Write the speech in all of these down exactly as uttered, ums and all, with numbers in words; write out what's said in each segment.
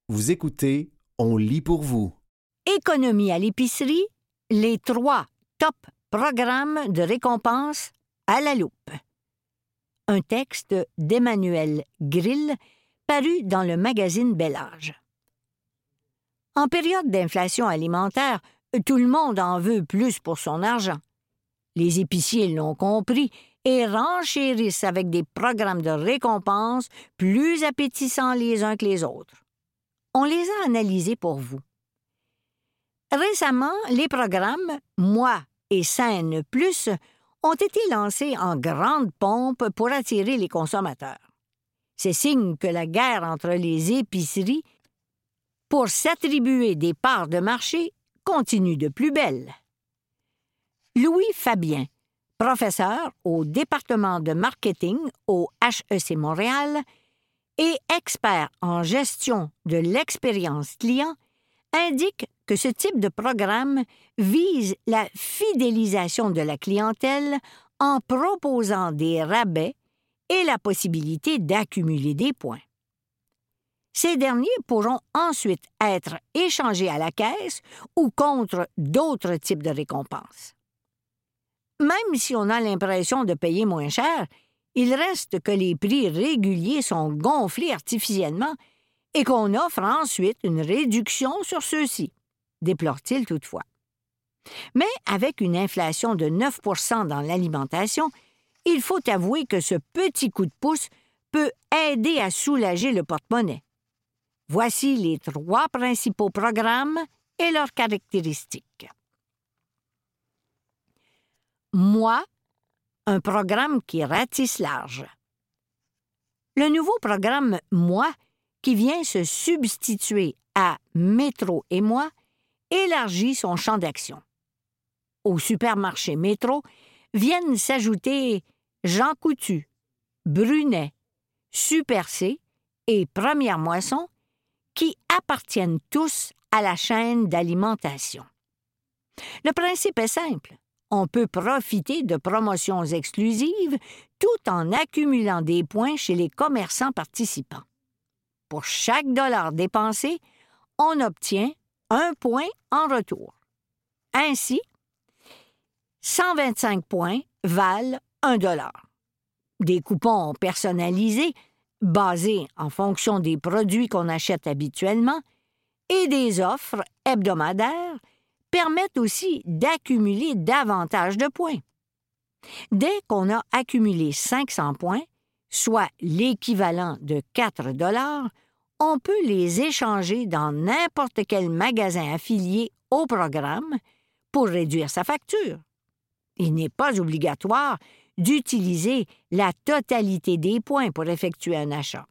Vous écoutez, on lit pour vous. Économie à l'épicerie, les trois top programmes de récompense à la loupe. Un texte d'Emmanuel Grill paru dans le magazine Bel Âge. En période d'inflation alimentaire, tout le monde en veut plus pour son argent. Les épiciers l'ont compris et renchérissent avec des programmes de récompense plus appétissants les uns que les autres. On les a analysés pour vous. Récemment, les programmes Moi et Scène Plus ont été lancés en grande pompe pour attirer les consommateurs. C'est signe que la guerre entre les épiceries pour s'attribuer des parts de marché continue de plus belle. Louis Fabien, professeur au département de marketing au H E C Montréal et expert en gestion de l'expérience client, indique que ce type de programme vise la fidélisation de la clientèle en proposant des rabais et la possibilité d'accumuler des points. Ces derniers pourront ensuite être échangés à la caisse ou contre d'autres types de récompenses. Même si on a l'impression de payer moins cher, il reste que les prix réguliers sont gonflés artificiellement et qu'on offre ensuite une réduction sur ceux-ci, déplore-t-il toutefois. Mais avec une inflation de neuf pour cent dans l'alimentation, il faut avouer que ce petit coup de pouce peut aider à soulager le porte-monnaie. Voici les trois principaux programmes et leurs caractéristiques. Moi, un programme qui ratisse large. Le nouveau programme Moi, qui vient se substituer à Métro et Moi, élargit son champ d'action. Au supermarché Métro viennent s'ajouter Jean Coutu, Brunet, Super C et Première Moisson, qui appartiennent tous à la chaîne d'alimentation. Le principe est simple. On peut profiter de promotions exclusives tout en accumulant des points chez les commerçants participants. Pour chaque dollar dépensé, on obtient un point en retour. Ainsi, cent vingt-cinq points valent un dollar. Des coupons personnalisés, basés en fonction des produits qu'on achète habituellement, et des offres hebdomadaires permettent aussi d'accumuler davantage de points. Dès qu'on a accumulé cinq cents points, soit l'équivalent de quatre dollars, on peut les échanger dans n'importe quel magasin affilié au programme pour réduire sa facture. Il n'est pas obligatoire d'utiliser la totalité des points pour effectuer un achat.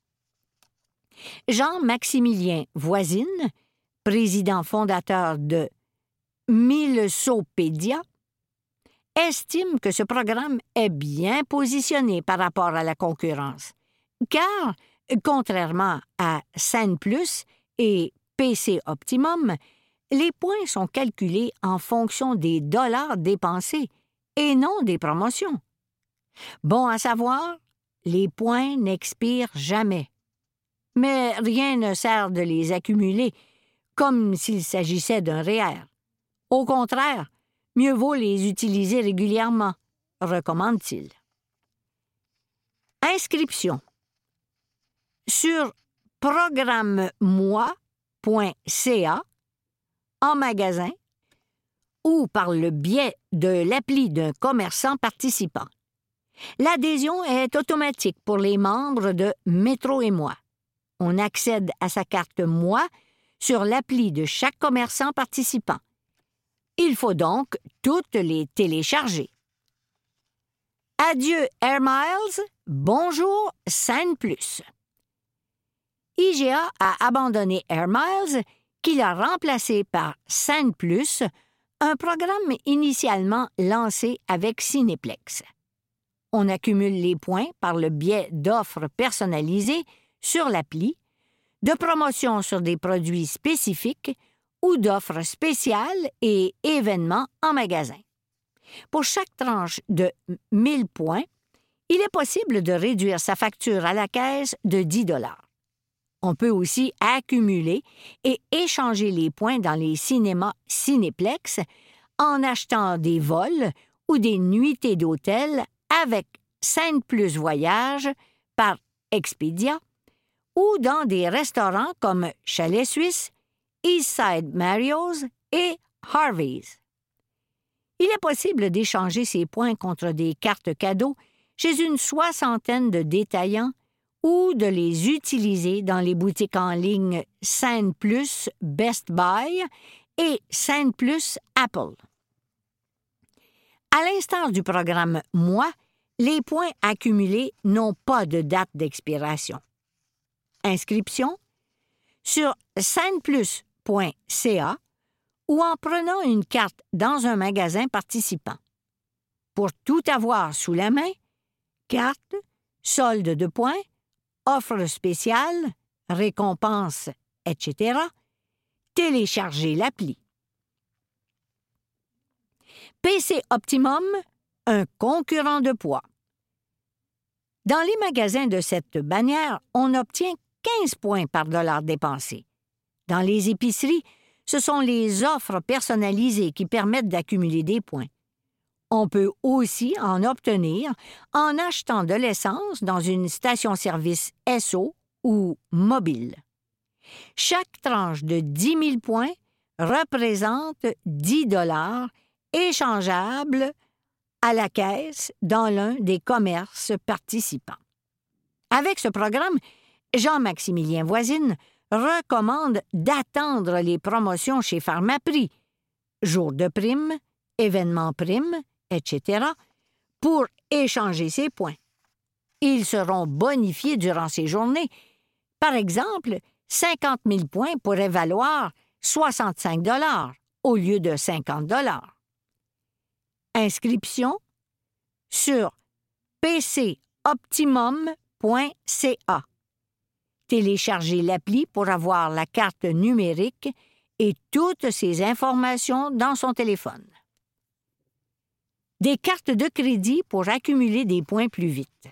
Jean-Maximilien Voisine, président fondateur de Milesopédia, estime que ce programme est bien positionné par rapport à la concurrence, car, contrairement à Scène Plus et P C Optimum, les points sont calculés en fonction des dollars dépensés et non des promotions. Bon à savoir, les points n'expirent jamais. Mais rien ne sert de les accumuler comme s'il s'agissait d'un R E E R. Au contraire, mieux vaut les utiliser régulièrement, recommande-t-il. Inscription. Sur programme-moi point c a, en magasin, ou par le biais de l'appli d'un commerçant participant. L'adhésion est automatique pour les membres de Métro et Moi. On accède à sa carte Moi sur l'appli de chaque commerçant participant. Il faut donc toutes les télécharger. Adieu Air Miles, bonjour Scène Plus. I G A a abandonné Air Miles, qui l'a remplacé par Scène Plus, un programme initialement lancé avec Cinéplex. On accumule les points par le biais d'offres personnalisées sur l'appli, de promotions sur des produits spécifiques ou d'offres spéciales et événements en magasin. Pour chaque tranche de mille points, il est possible de réduire sa facture à la caisse de dix dollars. On peut aussi accumuler et échanger les points dans les cinémas Cinéplex en achetant des vols ou des nuitées d'hôtel avec Scène Plus Voyage par Expedia ou dans des restaurants comme Chalet Suisse, Eastside Mario's et Harvey's. Il est possible d'échanger ces points contre des cartes cadeaux chez une soixantaine de détaillants ou de les utiliser dans les boutiques en ligne Scène Plus Best Buy et Scène Plus Apple. À l'instar du programme Moi, les points accumulés n'ont pas de date d'expiration. Inscription sur scène plus point c a ou en prenant une carte dans un magasin participant. Pour tout avoir sous la main, carte, solde de points, offre spéciale, récompense, et cetera, téléchargez l'appli. P C Optimum, un concurrent de poids. Dans les magasins de cette bannière, on obtient quinze points par dollar dépensé. Dans les épiceries, ce sont les offres personnalisées qui permettent d'accumuler des points. On peut aussi en obtenir en achetant de l'essence dans une station-service Esso ou mobile. Chaque tranche de dix mille points représente dix dollars échangeables à la caisse dans l'un des commerces participants. Avec ce programme, Jean-Maximilien Voisine recommande d'attendre les promotions chez Pharmaprix, jours de prime, événements primes, et cetera, pour échanger ses points. Ils seront bonifiés durant ces journées. Par exemple, cinquante mille points pourraient valoir soixante-cinq dollars au lieu de cinquante dollars. Inscription sur p c optimum point c a. Téléchargez l'appli pour avoir la carte numérique et toutes ses informations dans son téléphone. Des cartes de crédit pour accumuler des points plus vite.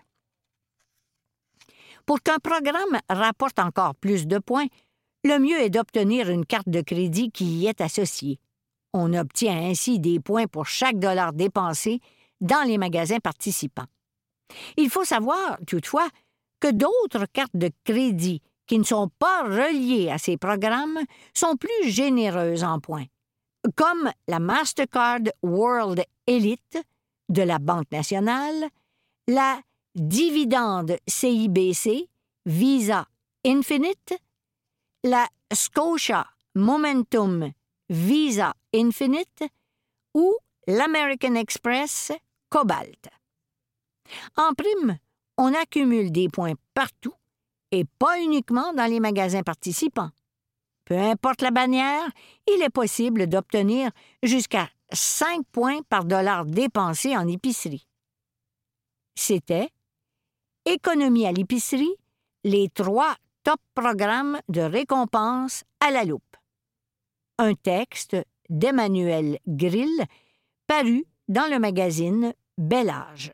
Pour qu'un programme rapporte encore plus de points, le mieux est d'obtenir une carte de crédit qui y est associée. On obtient ainsi des points pour chaque dollar dépensé dans les magasins participants. Il faut savoir, toutefois, que d'autres cartes de crédit qui ne sont pas reliées à ces programmes sont plus généreuses en points, comme la Mastercard World Elite de la Banque nationale, la Dividende C I B C Visa Infinite, la Scotia Momentum Visa Infinite ou l'American Express Cobalt. En prime, on accumule des points partout et pas uniquement dans les magasins participants. Peu importe la bannière, il est possible d'obtenir jusqu'à cinq points par dollar dépensé en épicerie. C'était Économie à l'épicerie, les trois top programmes de récompense à la loupe. Un texte d'Emmanuel Grill paru dans le magazine Bel Âge.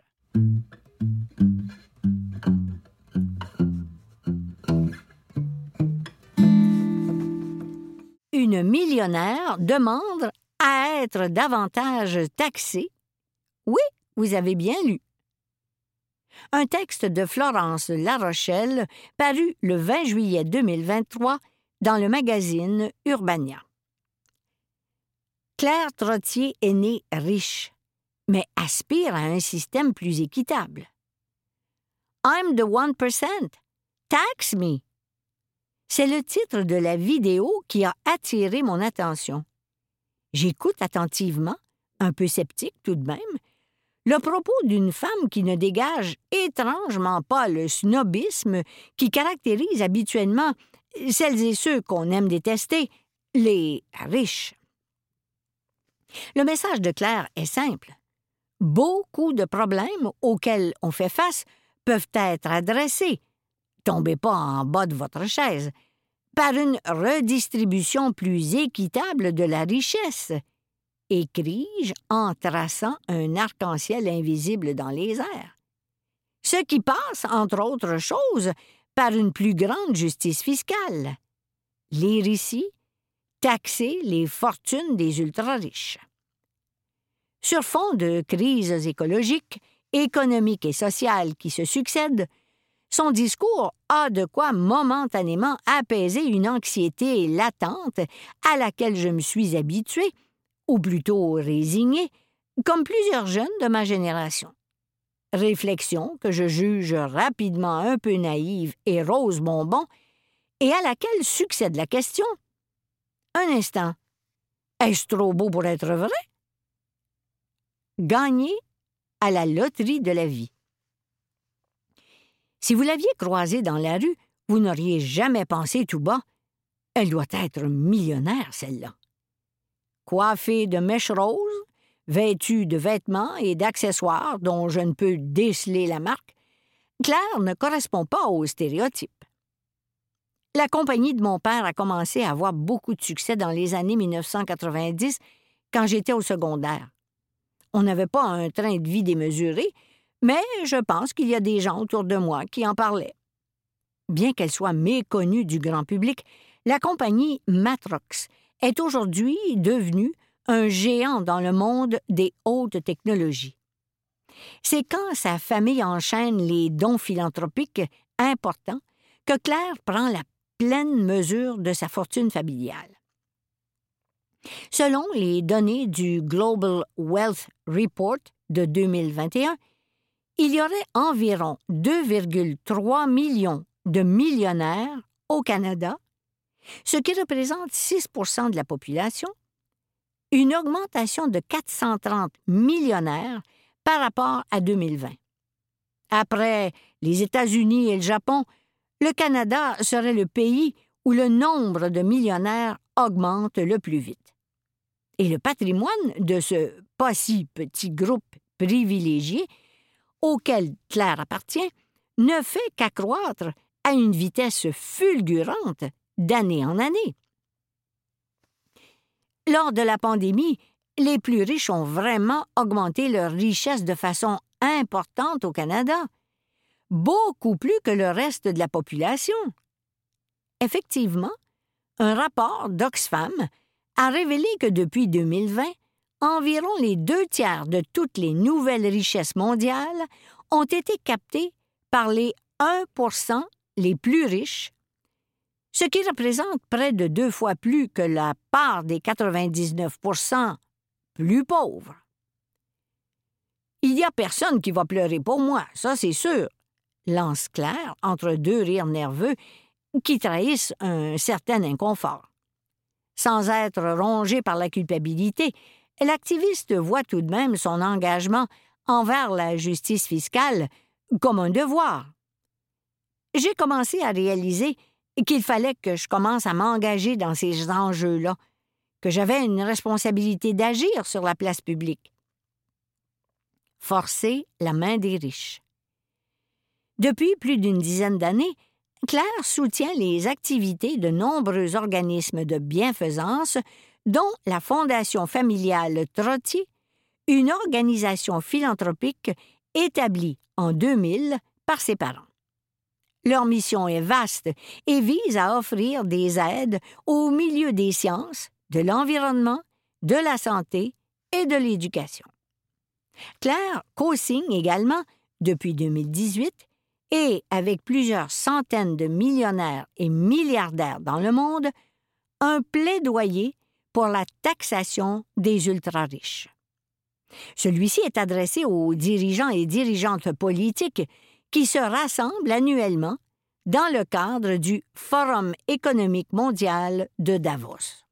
Une millionnaire demande à être davantage taxée. Oui, vous avez bien lu. Un texte de Florence Larochelle paru le vingt juillet deux mille vingt-trois dans le magazine Urbania. Claire Trottier est née riche, mais aspire à un système plus équitable. I'm the one percent. Tax me. C'est le titre de la vidéo qui a attiré mon attention. J'écoute attentivement, un peu sceptique tout de même, le propos d'une femme qui ne dégage étrangement pas le snobisme qui caractérise habituellement celles et ceux qu'on aime détester, les riches. Le message de Claire est simple. Beaucoup de problèmes auxquels on fait face peuvent être adressés, tombez pas en bas de votre chaise, par une redistribution plus équitable de la richesse, écris-je en traçant un arc-en-ciel invisible dans les airs. Ce qui passe, entre autres choses, par une plus grande justice fiscale. Lire ici, taxer les fortunes des ultra-riches. Sur fond de crises écologiques, économiques et sociales qui se succèdent, son discours a de quoi momentanément apaiser une anxiété latente à laquelle je me suis habituée, ou plutôt résignée, comme plusieurs jeunes de ma génération. Réflexion que je juge rapidement un peu naïve et rose bonbon, et à laquelle succède la question. Un instant. Est-ce trop beau pour être vrai? Gagner à la loterie de la vie. Si vous l'aviez croisée dans la rue, vous n'auriez jamais pensé tout bas. Elle doit être millionnaire, celle-là. Coiffée de mèches roses, vêtue de vêtements et d'accessoires dont je ne peux déceler la marque, Claire ne correspond pas aux stéréotypes. La compagnie de mon père a commencé à avoir beaucoup de succès dans les années mille neuf cent quatre-vingt-dix, quand j'étais au secondaire. On n'avait pas un train de vie démesuré, mais je pense qu'il y a des gens autour de moi qui en parlaient. Bien qu'elle soit méconnue du grand public, la compagnie Matrox est aujourd'hui devenue un géant dans le monde des hautes technologies. C'est quand sa famille enchaîne les dons philanthropiques importants que Claire prend la pleine mesure de sa fortune familiale. Selon les données du Global Wealth Report de deux mille vingt et un, il y aurait environ deux virgule trois millions de millionnaires au Canada, ce qui représente six pour cent de la population, une augmentation de quatre cent trente millionnaires par rapport à deux mille vingt. Après les États-Unis et le Japon, le Canada serait le pays où le nombre de millionnaires augmente le plus vite. Et le patrimoine de ce pas si petit groupe privilégié, auquel Claire appartient, ne fait qu'accroître à une vitesse fulgurante d'année en année. Lors de la pandémie, les plus riches ont vraiment augmenté leur richesse de façon importante au Canada, beaucoup plus que le reste de la population. Effectivement, un rapport d'Oxfam a révélé que depuis deux mille vingt, environ les deux tiers de toutes les nouvelles richesses mondiales ont été captées par les un pour cent les plus riches, ce qui représente près de deux fois plus que la part des quatre-vingt-dix-neuf pour cent plus pauvres. Il n'y a personne qui va pleurer pour moi, ça c'est sûr, lance Claire entre deux rires nerveux qui trahissent un certain inconfort. Sans être rongée par la culpabilité, l'activiste voit tout de même son engagement envers la justice fiscale comme un devoir. J'ai commencé à réaliser qu'il fallait que je commence à m'engager dans ces enjeux-là, que j'avais une responsabilité d'agir sur la place publique. Forcer la main des riches. Depuis plus d'une dizaine d'années, Claire soutient les activités de nombreux organismes de bienfaisance, dont la Fondation familiale Trottier, une organisation philanthropique établie en deux mille par ses parents. Leur mission est vaste et vise à offrir des aides au milieu des sciences, de l'environnement, de la santé et de l'éducation. Claire co-signe également, depuis deux mille dix-huit, et avec plusieurs centaines de millionnaires et milliardaires dans le monde, un plaidoyer pour la taxation des ultra-riches. Celui-ci est adressé aux dirigeants et dirigeantes politiques qui se rassemblent annuellement dans le cadre du Forum économique mondial de Davos.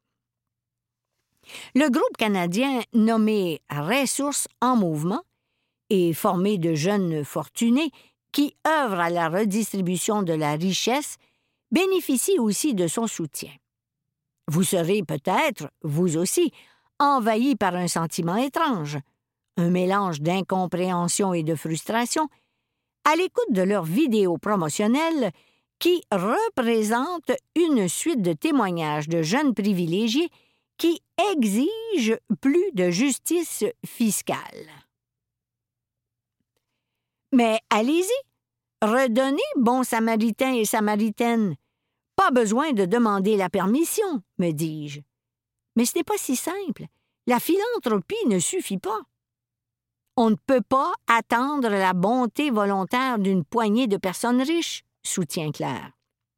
Le groupe canadien nommé Ressources en mouvement est formé de jeunes fortunés qui œuvrent à la redistribution de la richesse bénéficie aussi de son soutien. Vous serez peut-être, vous aussi, envahi par un sentiment étrange, un mélange d'incompréhension et de frustration, à l'écoute de leurs vidéos promotionnelles qui représentent une suite de témoignages de jeunes privilégiés qui exigent plus de justice fiscale. Mais allez-y, Redonnez, bons samaritains et samaritaines. Pas besoin de demander la permission, me dis-je. Mais ce n'est pas si simple. La philanthropie ne suffit pas. On ne peut pas attendre la bonté volontaire d'une poignée de personnes riches, soutient Claire.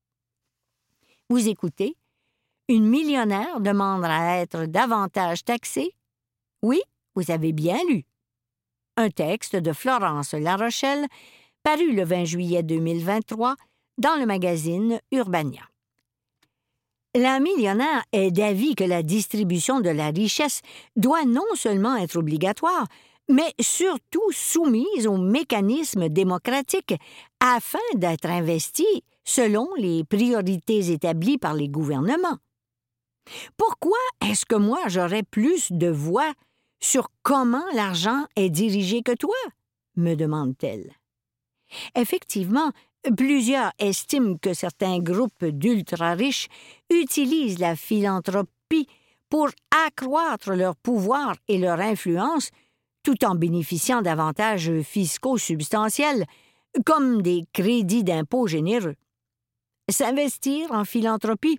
Vous écoutez? Une millionnaire demande à être davantage taxée? Oui, vous avez bien lu. Un texte de Florence Larochelle, paru le vingt juillet deux mille vingt-trois dans le magazine Urbania. La millionnaire est d'avis que la distribution de la richesse doit non seulement être obligatoire, mais surtout soumise aux mécanismes démocratiques afin d'être investie selon les priorités établies par les gouvernements. Pourquoi est-ce que moi j'aurais plus de voix sur comment l'argent est dirigé que toi? Me demande-t-elle. Effectivement, plusieurs estiment que certains groupes d'ultra-riches utilisent la philanthropie pour accroître leur pouvoir et leur influence tout en bénéficiant d'avantages fiscaux substantiels, comme des crédits d'impôt généreux. S'investir en philanthropie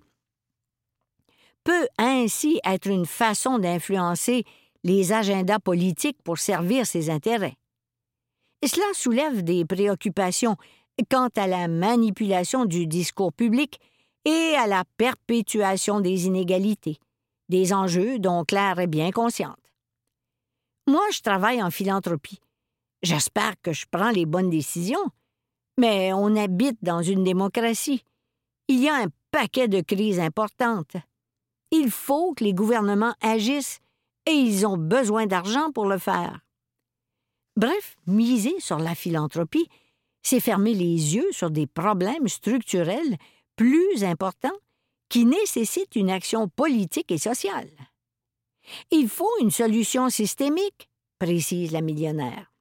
peut ainsi être une façon d'influencer les agendas politiques pour servir ses intérêts. Cela soulève des préoccupations quant à la manipulation du discours public et à la perpétuation des inégalités, des enjeux dont Claire est bien consciente. Moi, je travaille en philanthropie. J'espère que je prends les bonnes décisions, mais on habite dans une démocratie. Il y a un paquet de crises importantes. Il faut que les gouvernements agissent et ils ont besoin d'argent pour le faire. Bref, miser sur la philanthropie, c'est fermer les yeux sur des problèmes structurels plus importants qui nécessitent une action politique et sociale. Il faut une solution systémique, précise la millionnaire.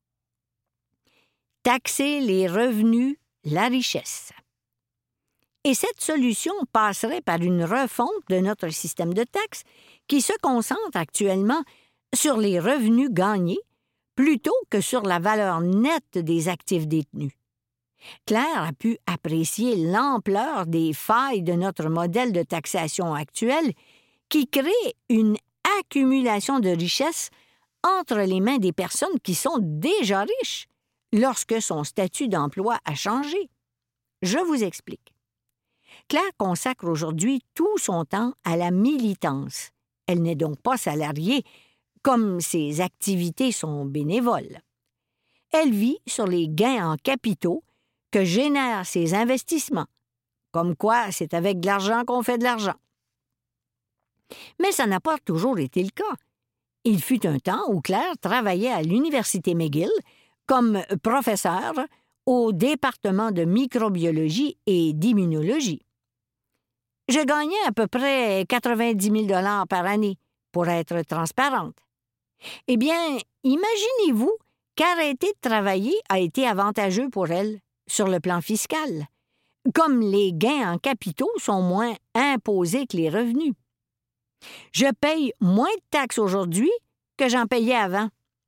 Taxer les revenus, la richesse. Et cette solution passerait par une refonte de notre système de taxes qui se concentre actuellement sur les revenus gagnés plutôt que sur la valeur nette des actifs détenus. Claire a pu apprécier l'ampleur des failles de notre modèle de taxation actuel qui crée une accumulation de richesses entre les mains des personnes qui sont déjà riches lorsque son statut d'emploi a changé. Je vous explique. Claire consacre aujourd'hui tout son temps à la militance. Elle n'est donc pas salariée, comme ses activités sont bénévoles. Elle vit sur les gains en capitaux que génèrent ses investissements, comme quoi c'est avec de l'argent qu'on fait de l'argent. Mais ça n'a pas toujours été le cas. Il fut un temps où Claire travaillait à l'Université McGill comme professeure au département de microbiologie et d'immunologie. Je gagnais à peu près quatre-vingt-dix mille dollars par année, pour être transparente. Eh bien, imaginez-vous qu'arrêter de travailler a été avantageux pour elle sur le plan fiscal, comme les gains en capitaux sont moins imposés que les revenus. Je paye moins de taxes aujourd'hui que j'en payais avant.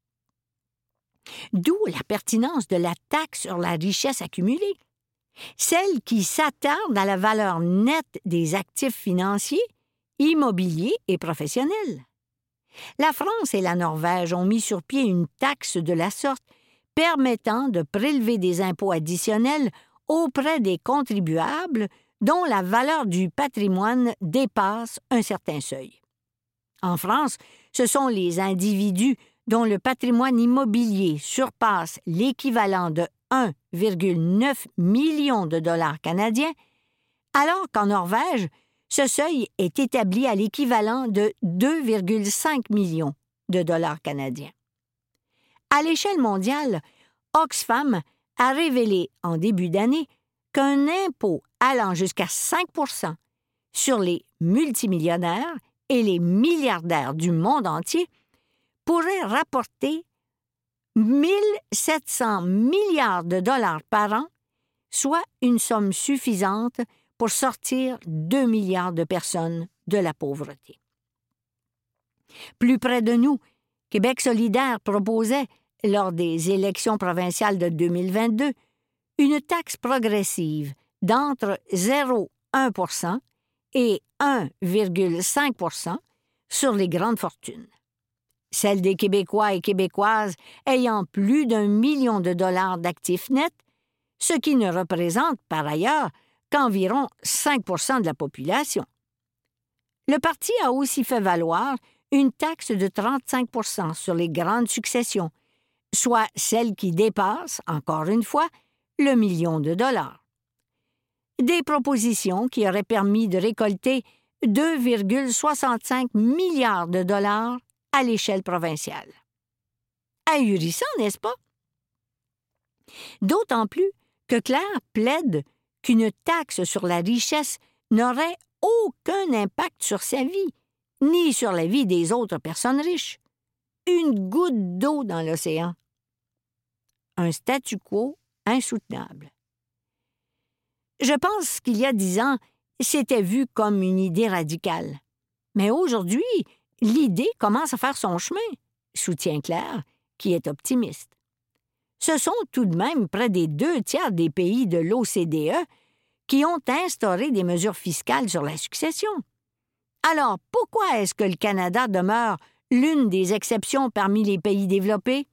D'où la pertinence de la taxe sur la richesse accumulée, celle qui s'attarde à la valeur nette des actifs financiers, immobiliers et professionnels. La France et la Norvège ont mis sur pied une taxe de la sorte permettant de prélever des impôts additionnels auprès des contribuables dont la valeur du patrimoine dépasse un certain seuil. En France, ce sont les individus dont le patrimoine immobilier surpasse l'équivalent de un virgule neuf million de dollars canadiens, alors qu'en Norvège, ce seuil est établi à l'équivalent de deux virgule cinq millions de dollars canadiens. À l'échelle mondiale, Oxfam a révélé en début d'année qu'un impôt allant jusqu'à cinq pour cent sur les multimillionnaires et les milliardaires du monde entier pourrait rapporter mille sept cents milliards de dollars par an, soit une somme suffisante pour sortir deux milliards de personnes de la pauvreté. Plus près de nous, Québec solidaire proposait, lors des élections provinciales de deux mille vingt-deux, une taxe progressive d'entre zéro virgule un pour cent et un virgule cinq pour cent sur les grandes fortunes. Celles des Québécois et Québécoises ayant plus d'un million de dollars d'actifs nets, ce qui ne représente par ailleurs qu'environ cinq pour cent de la population. Le parti a aussi fait valoir une taxe de trente-cinq pour cent sur les grandes successions, soit celles qui dépassent, encore une fois, le million de dollars. Des propositions qui auraient permis de récolter deux virgule soixante-cinq milliards de dollars à l'échelle provinciale. Ahurissant, n'est-ce pas? D'autant plus que Claire plaide qu'une taxe sur la richesse n'aurait aucun impact sur sa vie, ni sur la vie des autres personnes riches. Une goutte d'eau dans l'océan. Un statu quo insoutenable. Je pense qu'il y a dix ans, c'était vu comme une idée radicale. Mais aujourd'hui, l'idée commence à faire son chemin, soutient Claire, qui est optimiste. Ce sont tout de même près des deux tiers des pays de l'O C D E qui ont instauré des mesures fiscales sur la succession. Alors, pourquoi est-ce que le Canada demeure l'une des exceptions parmi les pays développés?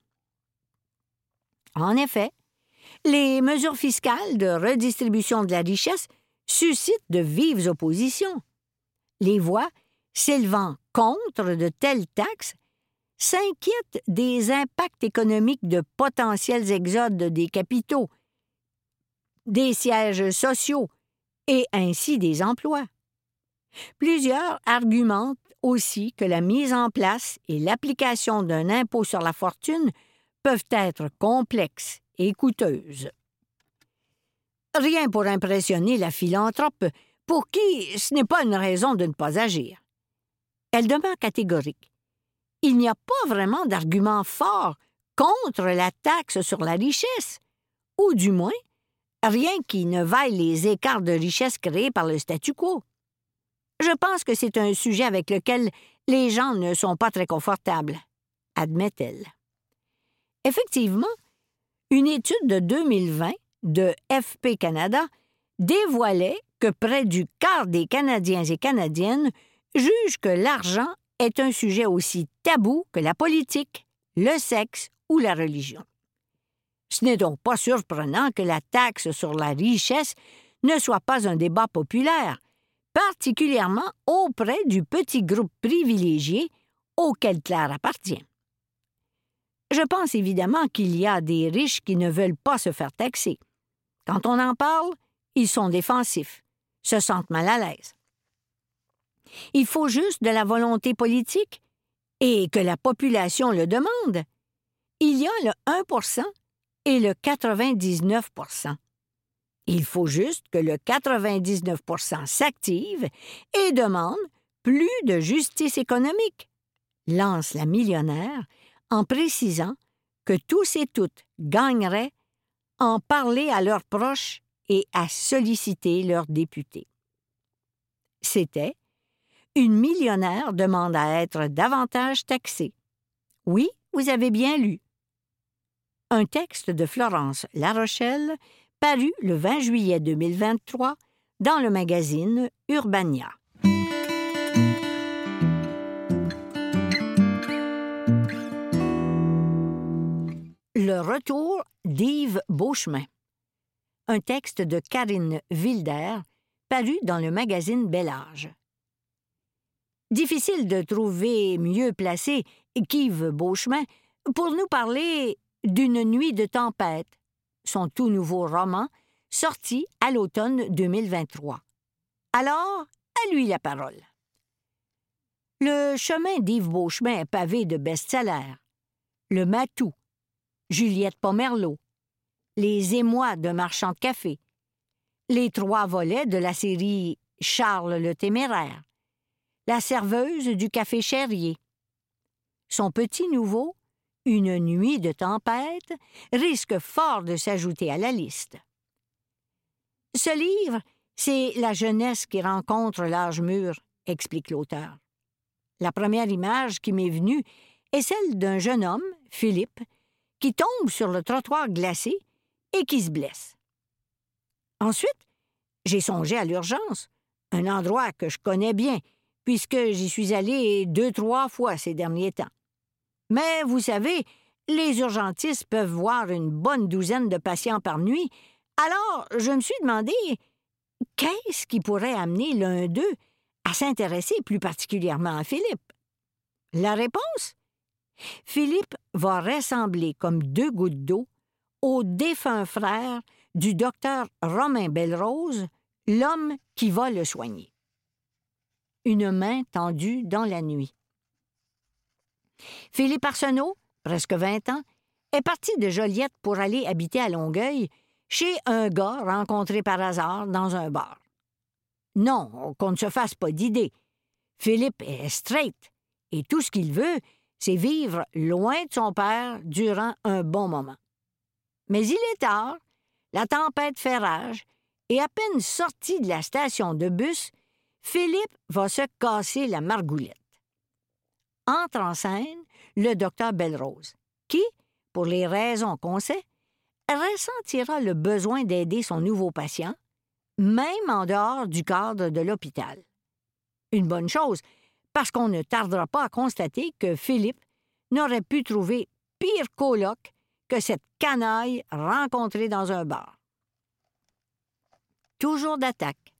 En effet, les mesures fiscales de redistribution de la richesse suscitent de vives oppositions. Les voix s'élevant contre de telles taxes s'inquiètent des impacts économiques de potentiels exodes des capitaux, des sièges sociaux et ainsi des emplois. Plusieurs argumentent aussi que la mise en place et l'application d'un impôt sur la fortune peuvent être complexes et coûteuses. Rien pour impressionner la philanthrope, pour qui ce n'est pas une raison de ne pas agir. Elle demeure catégorique. Il n'y a pas vraiment d'argument fort contre la taxe sur la richesse, ou du moins, rien qui ne vaille les écarts de richesse créés par le statu quo. Je pense que c'est un sujet avec lequel les gens ne sont pas très confortables, admet-elle. Effectivement, une étude de deux mille vingt de F P Canada dévoilait que près du quart des Canadiens et Canadiennes jugent que l'argent est un sujet aussi tabou que la politique, le sexe ou la religion. Ce n'est donc pas surprenant que la taxe sur la richesse ne soit pas un débat populaire, particulièrement auprès du petit groupe privilégié auquel Claire appartient. Je pense évidemment qu'il y a des riches qui ne veulent pas se faire taxer. Quand on en parle, ils sont défensifs, se sentent mal à l'aise. Il faut juste de la volonté politique et que la population le demande. Il y a le un pour cent et le quatre-vingt-dix-neuf pour cent. Il faut juste que le quatre-vingt-dix-neuf pour cent s'active et demande plus de justice économique, lance la millionnaire en précisant que tous et toutes gagneraient en parler à leurs proches et à solliciter leurs députés. C'était « Une millionnaire demande à être davantage taxée ». Oui, vous avez bien lu. Un texte de Florence Larochelle paru le vingt juillet deux mille vingt-trois dans le magazine Urbania. Le retour d'Yves Beauchemin. Un texte de Karine Wilder, paru dans le magazine Bel Âge. Difficile de trouver mieux placé qu'Yves Beauchemin pour nous parler d'Une nuit de tempête, son tout nouveau roman, sorti à l'automne deux mille vingt-trois. Alors, à lui la parole. Le chemin d'Yves Beauchemin est pavé de best-sellers. Le Matou, Juliette Pomerleau, Les émois de marchand de café, les trois volets de la série Charles le Téméraire, La serveuse du café Cherrier. Son petit nouveau, Une nuit de tempête, risque fort de s'ajouter à la liste. Ce livre, c'est la jeunesse qui rencontre l'âge mûr, explique l'auteur. La première image qui m'est venue est celle d'un jeune homme, Philippe, qui tombe sur le trottoir glacé et qui se blesse. Ensuite, j'ai songé à l'urgence, un endroit que je connais bien, puisque j'y suis allé deux, trois fois ces derniers temps. Mais vous savez, les urgentistes peuvent voir une bonne douzaine de patients par nuit, alors je me suis demandé qu'est-ce qui pourrait amener l'un d'eux à s'intéresser plus particulièrement à Philippe. La réponse? Philippe va ressembler comme deux gouttes d'eau au défunt frère du docteur Romain Belrose, l'homme qui va le soigner. Une main tendue dans la nuit. Philippe Arsenault, presque vingt ans, est parti de Joliette pour aller habiter à Longueuil chez un gars rencontré par hasard dans un bar. Non, qu'on ne se fasse pas d'idée. Philippe est straight et tout ce qu'il veut, c'est vivre loin de son père durant un bon moment. Mais il est tard, la tempête fait rage, et à peine sorti de la station de bus, Philippe va se casser la margoulette. Entre en scène le docteur Belrose, qui, pour les raisons qu'on sait, ressentira le besoin d'aider son nouveau patient, même en dehors du cadre de l'hôpital. Une bonne chose, parce qu'on ne tardera pas à constater que Philippe n'aurait pu trouver pire coloc que cette canaille rencontrée dans un bar. Toujours d'attaque.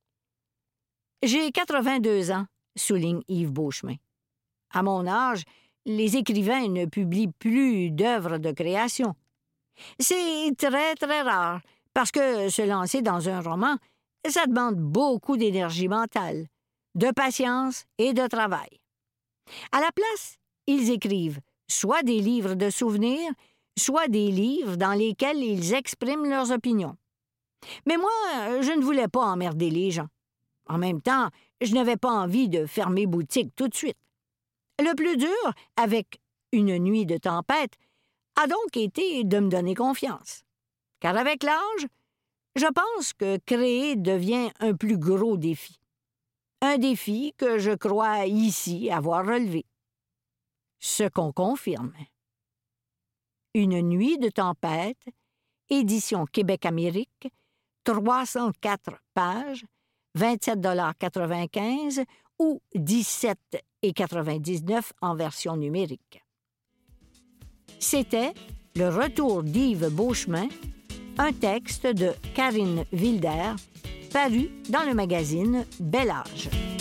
J'ai quatre-vingt-deux ans, souligne Yves Beauchemin. À mon âge, les écrivains ne publient plus d'œuvres de création. C'est très, très rare, parce que se lancer dans un roman, ça demande beaucoup d'énergie mentale, de patience et de travail. À la place, ils écrivent soit des livres de souvenirs, soit des livres dans lesquels ils expriment leurs opinions. Mais moi, je ne voulais pas emmerder les gens. En même temps, je n'avais pas envie de fermer boutique tout de suite. Le plus dur, avec Une nuit de tempête, a donc été de me donner confiance. Car avec l'âge, je pense que créer devient un plus gros défi. Un défi que je crois ici avoir relevé. Ce qu'on confirme. Une nuit de tempête, édition Québec-Amérique, trois cent quatre pages, vingt-sept dollars quatre-vingt-quinze ou dix-sept dollars quatre-vingt-dix-neuf en version numérique. C'était Le retour d'Yves Beauchemin, un texte de Karine Wilder, paru dans le magazine Bel Âge.